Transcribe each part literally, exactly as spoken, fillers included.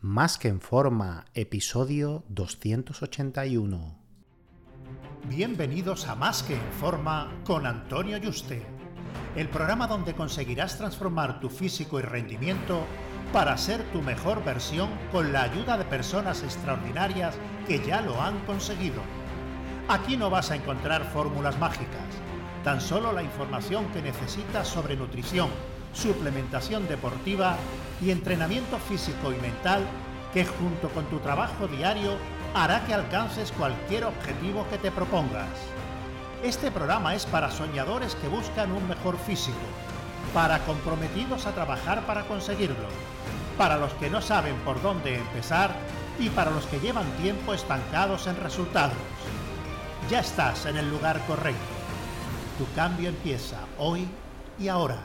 Más que en Forma, episodio doscientos ochenta y uno. Bienvenidos a Más que en Forma con Antonio Yuste, el programa donde conseguirás transformar tu físico y rendimiento para ser tu mejor versión con la ayuda de personas extraordinarias que ya lo han conseguido. Aquí no vas a encontrar fórmulas mágicas, tan solo la información que necesitas sobre nutrición, suplementación deportiva y entrenamiento físico y mental que junto con tu trabajo diario hará que alcances cualquier objetivo que te propongas. Este programa es para soñadores que buscan un mejor físico, para comprometidos a trabajar para conseguirlo, para los que no saben por dónde empezar y para los que llevan tiempo estancados en resultados. Ya estás en el lugar correcto. Tu cambio empieza hoy y ahora.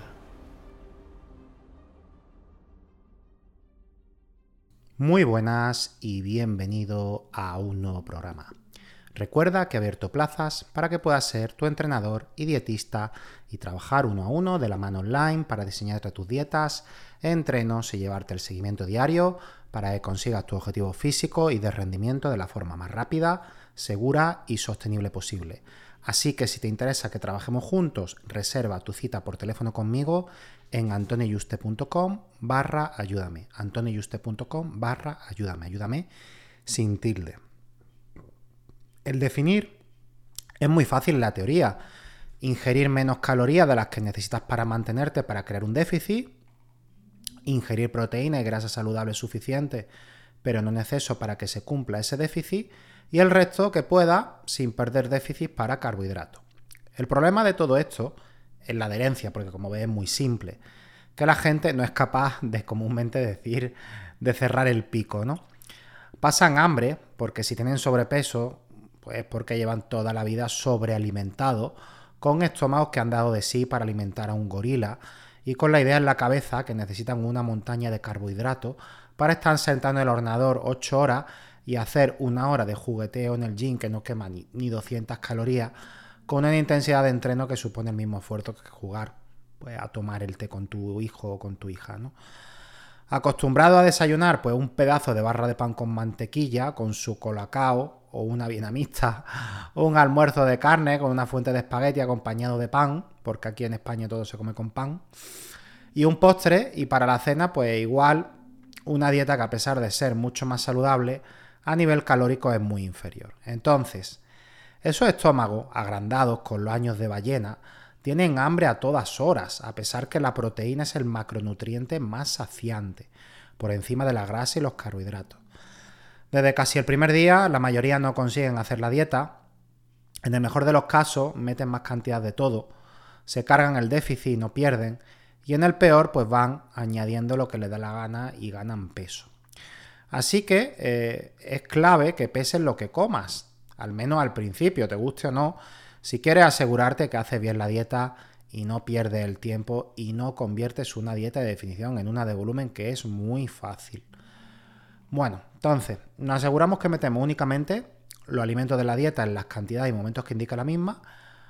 Muy buenas y bienvenido a un nuevo programa. Recuerda que he abierto plazas para que puedas ser tu entrenador y dietista y trabajar uno a uno de la mano online para diseñarte tus dietas, entrenos y llevarte el seguimiento diario para que consigas tu objetivo físico y de rendimiento de la forma más rápida, segura y sostenible posible. Así que si te interesa que trabajemos juntos, reserva tu cita por teléfono conmigo en antonioyuste.com barra ayúdame. antonioyuste.com barra ayúdame. Ayúdame sin tilde. El definir es muy fácil en la teoría. Ingerir menos calorías de las que necesitas para mantenerte para crear un déficit. Ingerir proteína y grasa saludable suficiente, pero no en exceso para que se cumpla ese déficit. Y el resto que pueda sin perder déficit para carbohidratos. El problema de todo esto es la adherencia, porque como ves es muy simple, que la gente no es capaz de comúnmente decir de cerrar el pico, ¿no? Pasan hambre porque si tienen sobrepeso, pues es porque llevan toda la vida sobrealimentados, con estómagos que han dado de sí para alimentar a un gorila y con la idea en la cabeza que necesitan una montaña de carbohidratos para estar sentados en el ordenador ocho horas y hacer una hora de jugueteo en el gym que no quema ni, ni doscientas calorías con una intensidad de entreno que supone el mismo esfuerzo que jugar pues, a tomar el té con tu hijo o con tu hija, ¿no? Acostumbrado a desayunar pues un pedazo de barra de pan con mantequilla, con su colacao o una vietnamita, o un almuerzo de carne con una fuente de espagueti acompañado de pan, porque aquí en España todo se come con pan, y un postre, y para la cena pues igual una dieta que a pesar de ser mucho más saludable, a nivel calórico es muy inferior. Entonces, esos estómagos agrandados con los años de ballena tienen hambre a todas horas, a pesar que la proteína es el macronutriente más saciante, por encima de la grasa y los carbohidratos. Desde casi el primer día, la mayoría no consiguen hacer la dieta. En el mejor de los casos, meten más cantidad de todo, se cargan el déficit y no pierden, y en el peor, pues van añadiendo lo que les da la gana y ganan peso. Así que eh, es clave que peses lo que comas, al menos al principio, te guste o no, si quieres asegurarte que haces bien la dieta y no pierdes el tiempo y no conviertes una dieta de definición en una de volumen, que es muy fácil. Bueno, entonces, nos aseguramos que metemos únicamente los alimentos de la dieta en las cantidades y momentos que indica la misma.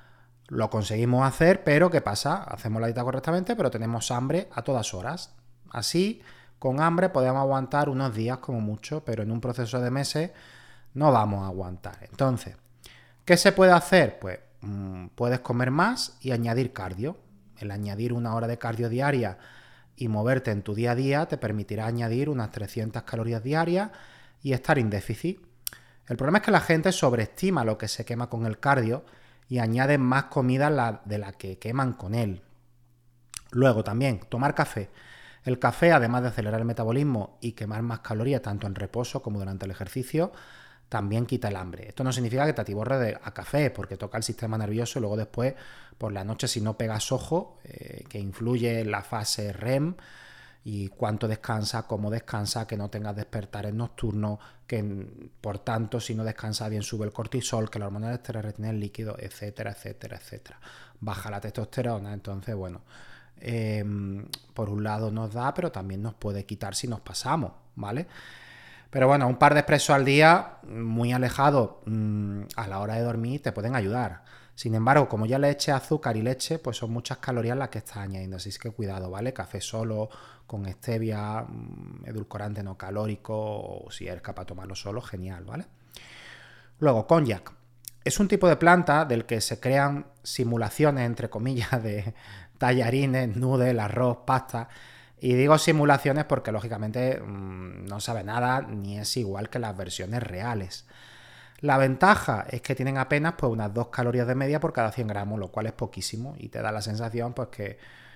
Lo conseguimos hacer, pero ¿qué pasa? Hacemos la dieta correctamente, pero tenemos hambre a todas horas. Así, con hambre podemos aguantar unos días como mucho, pero en un proceso de meses no vamos a aguantar. Entonces, ¿qué se puede hacer? Pues mmm, puedes comer más y añadir cardio. El añadir una hora de cardio diaria y moverte en tu día a día te permitirá añadir unas trescientas calorías diarias y estar en déficit. El problema es que la gente sobreestima lo que se quema con el cardio y añade más comida de la que queman con él. Luego también, tomar café. El café, además de acelerar el metabolismo y quemar más calorías tanto en reposo como durante el ejercicio, también quita el hambre. Esto no significa que te atiborres de, a café, porque toca el sistema nervioso y luego después, por la noche, si no pegas ojo, eh, que influye en la fase R E M y cuánto descansa, cómo descansa, que no tengas despertares nocturnos, que por tanto, si no descansas bien, sube el cortisol, que la hormona del estrés retiene el líquido, etcétera, etcétera, etcétera. Baja la testosterona, entonces, bueno... Eh, por un lado nos da, pero también nos puede quitar si nos pasamos, ¿vale? Pero bueno, un par de expresos al día, muy alejado mmm, a la hora de dormir, te pueden ayudar. Sin embargo, como ya le eché azúcar y leche, pues son muchas calorías las que estás añadiendo, así que cuidado, ¿vale? Café solo, con stevia, edulcorante no calórico, o si eres capaz de tomarlo solo, genial, ¿vale? Luego, cognac. Es un tipo de planta del que se crean simulaciones, entre comillas, de tallarines, noodles, arroz, pasta. Y digo simulaciones porque, lógicamente, mmm, no sabe nada ni es igual que las versiones reales. La ventaja es que tienen apenas pues, unas dos calorías de media por cada cien gramos, lo cual es poquísimo y te da la sensación pues, que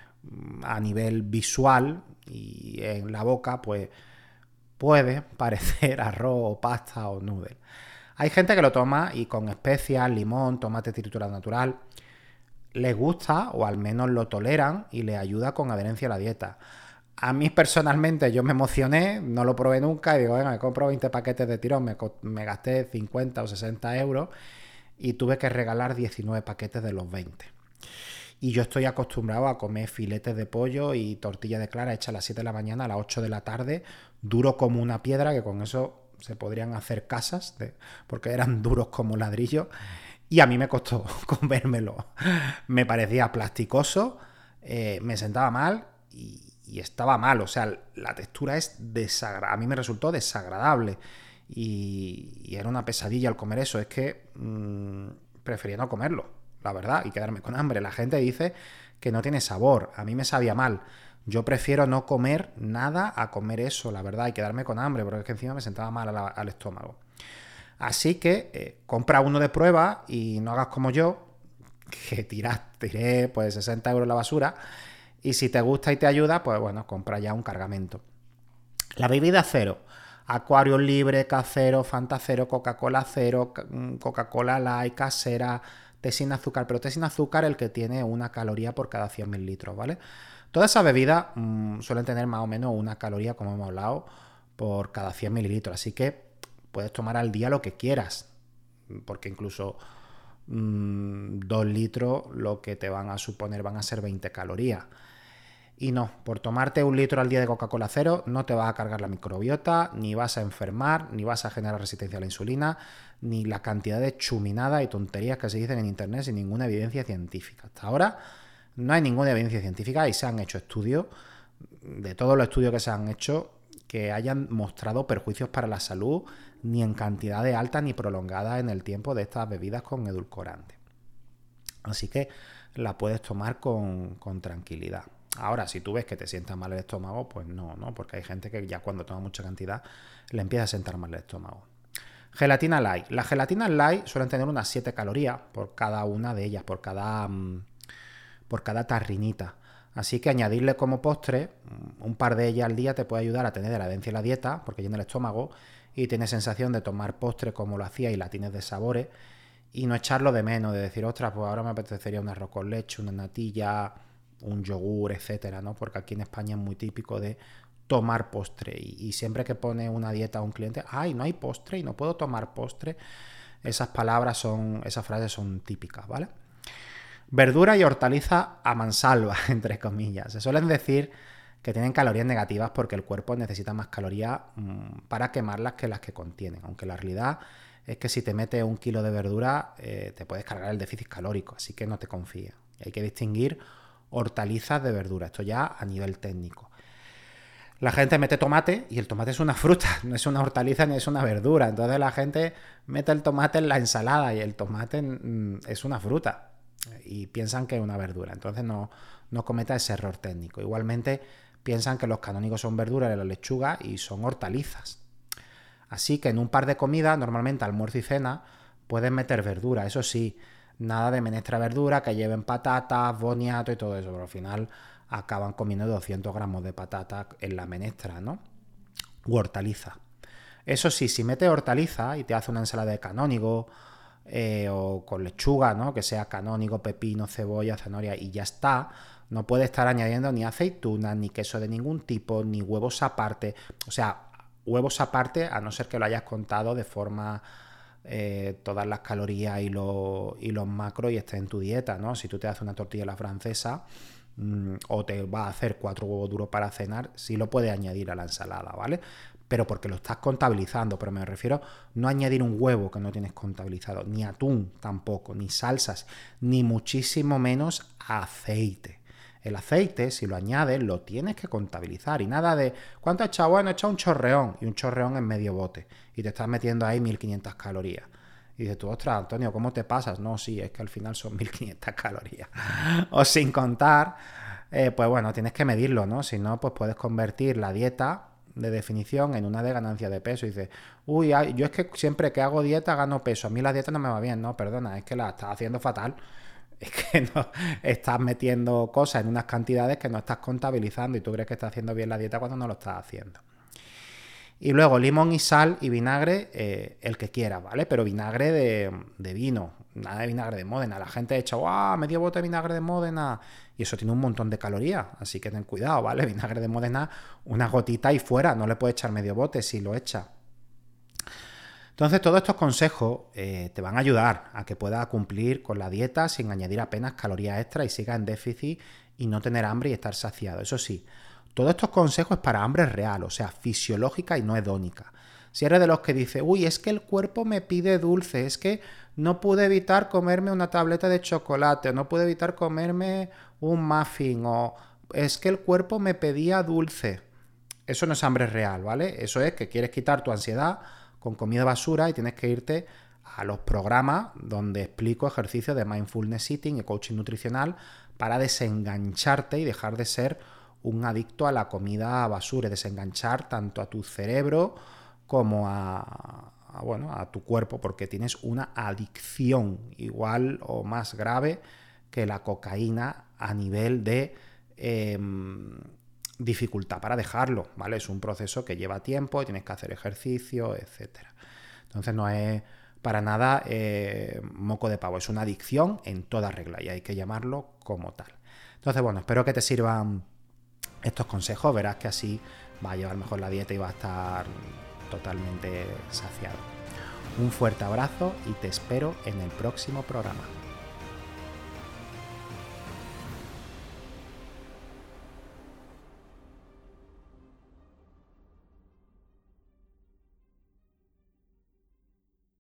a nivel visual y en la boca pues, puede parecer arroz o pasta o noodle. Hay gente que lo toma y con especias, limón, tomate triturado natural, les gusta o al menos lo toleran y les ayuda con adherencia a la dieta. A mí personalmente yo me emocioné, no lo probé nunca y digo, venga, me compro veinte paquetes de tirón, me, me gasté cincuenta o sesenta euros y tuve que regalar diecinueve paquetes de los veinte. Y yo estoy acostumbrado a comer filetes de pollo y tortilla de clara hecha a las siete de la mañana, a las ocho de la tarde, duro como una piedra, que con eso se podrían hacer casas, de, porque eran duros como ladrillos, y a mí me costó comérmelo. Me parecía plasticoso, eh, me sentaba mal y Y estaba mal, o sea, la textura es desagradable. A mí me resultó desagradable. Y, y era una pesadilla al comer eso. Es que mmm, prefería no comerlo, la verdad, y quedarme con hambre. La gente dice que no tiene sabor. A mí me sabía mal. Yo prefiero no comer nada a comer eso, la verdad, y quedarme con hambre, porque es que encima me sentaba mal al, al estómago. Así que eh, compra uno de prueba y no hagas como yo, que tiras, tiré pues sesenta euros en la basura. Y si te gusta y te ayuda, pues bueno, compra ya un cargamento. La bebida cero. Aquarius libre, K-Zero, Fanta cero, Coca-Cola cero, Coca-Cola light, casera, té sin azúcar. Pero té sin azúcar el que tiene una caloría por cada cien mililitros, ¿vale? Todas esas bebidas mmm, suelen tener más o menos una caloría, como hemos hablado, por cada cien mililitros. Así que puedes tomar al día lo que quieras. Porque incluso mmm, dos litros lo que te van a suponer van a ser veinte calorías. Y no, por tomarte un litro al día de Coca-Cola cero no te vas a cargar la microbiota, ni vas a enfermar, ni vas a generar resistencia a la insulina, ni la cantidad de chuminadas y tonterías que se dicen en internet sin ninguna evidencia científica. Hasta ahora no hay ninguna evidencia científica y se han hecho estudios, de todos los estudios que se han hecho, que hayan mostrado perjuicios para la salud, ni en cantidades altas ni prolongadas en el tiempo de estas bebidas con edulcorantes. Así que la puedes tomar con, con tranquilidad. Ahora, si tú ves que te sienta mal el estómago, pues no, no, porque hay gente que ya cuando toma mucha cantidad le empieza a sentar mal el estómago. Gelatina light. Las gelatinas light suelen tener unas siete calorías por cada una de ellas, por cada, por cada tarrinita. Así que añadirle como postre un par de ellas al día te puede ayudar a tener adherencia a la dieta, porque llena el estómago y tienes sensación de tomar postre como lo hacía y la tienes de sabores y no echarlo de menos, de decir, ostras, pues ahora me apetecería un arroz con leche, una natilla, un yogur, etcétera, ¿no? Porque aquí en España es muy típico de tomar postre y, y siempre que pone una dieta a un cliente, ay, no hay postre y no puedo tomar postre, esas palabras son, esas frases son típicas, ¿vale? Verdura y hortaliza a mansalva, entre comillas. Se suelen decir que tienen calorías negativas porque el cuerpo necesita más calorías mmm, para quemarlas que las que contienen, aunque la realidad es que si te metes un kilo de verdura eh, te puedes cargar el déficit calórico, así que no te confíes. Hay que distinguir hortalizas de verdura, esto ya a nivel técnico. La gente mete tomate y el tomate es una fruta, no es una hortaliza ni es una verdura. Entonces la gente mete el tomate en la ensalada y el tomate mmm, es una fruta y piensan que es una verdura. Entonces no, no cometa ese error técnico. Igualmente piensan que los canónigos son verduras de la lechuga y son hortalizas. Así que en un par de comidas, normalmente almuerzo y cena, puedes meter verdura, eso sí. Nada de menestra verdura, que lleven patatas, boniato y todo eso, pero al final acaban comiendo doscientos gramos de patatas en la menestra, ¿no? U hortaliza. Eso sí, si metes hortaliza y te hace una ensalada de canónigo eh, o con lechuga, ¿no? Que sea canónigo, pepino, cebolla, zanahoria y ya está, no puede estar añadiendo ni aceitunas, ni queso de ningún tipo, ni huevos aparte. O sea, huevos aparte, a no ser que lo hayas contado de forma... Eh, todas las calorías y, lo, y los macros y esté en tu dieta, ¿no? Si tú te haces una tortilla a la francesa mmm, o te vas a hacer cuatro huevos duros para cenar, sí lo puedes añadir a la ensalada, ¿vale? pero porque lo estás contabilizando. Pero me refiero no a añadir un huevo que no tienes contabilizado, ni atún tampoco, ni salsas, ni muchísimo menos aceite. El aceite, si lo añades, lo tienes que contabilizar. Y nada de, ¿cuánto has echado? Bueno, he echado un chorreón. Y un chorreón en medio bote. Y te estás metiendo ahí mil quinientas calorías. Y dices tú, ostras, Antonio, ¿cómo te pasas? No, sí, es que al final son mil quinientas calorías. O sin contar, eh, pues bueno, tienes que medirlo, ¿no? Si no, pues puedes convertir la dieta de definición en una de ganancia de peso. Y dices, uy, yo es que siempre que hago dieta gano peso. A mí la dieta no me va bien. No, perdona, es que la estás haciendo fatal. Es que no estás metiendo cosas en unas cantidades que no estás contabilizando y tú crees que estás haciendo bien la dieta cuando no lo estás haciendo. Y luego limón y sal y vinagre, eh, el que quiera, ¿vale? Pero vinagre de, de vino, nada de vinagre de Módena. La gente echa, ¡guau! Medio bote de vinagre de Módena. Y eso tiene un montón de calorías, así que ten cuidado, ¿vale? Vinagre de Módena, una gotita y fuera, no le puedes echar medio bote si lo echa. Entonces, todos estos consejos eh, te van a ayudar a que puedas cumplir con la dieta sin añadir apenas calorías extra y sigas en déficit y no tener hambre y estar saciado. Eso sí, todos estos consejos es para hambre real, o sea, fisiológica y no hedónica. Si eres de los que dice, uy, es que el cuerpo me pide dulce, es que no pude evitar comerme una tableta de chocolate, o no pude evitar comerme un muffin, o es que el cuerpo me pedía dulce. Eso no es hambre real, ¿vale? Eso es que quieres quitar tu ansiedad con comida basura y tienes que irte a los programas donde explico ejercicios de mindfulness eating y coaching nutricional para desengancharte y dejar de ser un adicto a la comida basura, desenganchar tanto a tu cerebro como a, a, bueno, a tu cuerpo, porque tienes una adicción igual o más grave que la cocaína a nivel de eh, dificultad para dejarlo, ¿vale? Es un proceso que lleva tiempo y tienes que hacer ejercicio, etcétera. Entonces no es para nada eh, moco de pavo, es una adicción en toda regla y hay que llamarlo como tal. Entonces, bueno, espero que te sirvan estos consejos, verás que así va a llevar mejor la dieta y va a estar totalmente saciado. Un fuerte abrazo y te espero en el próximo programa.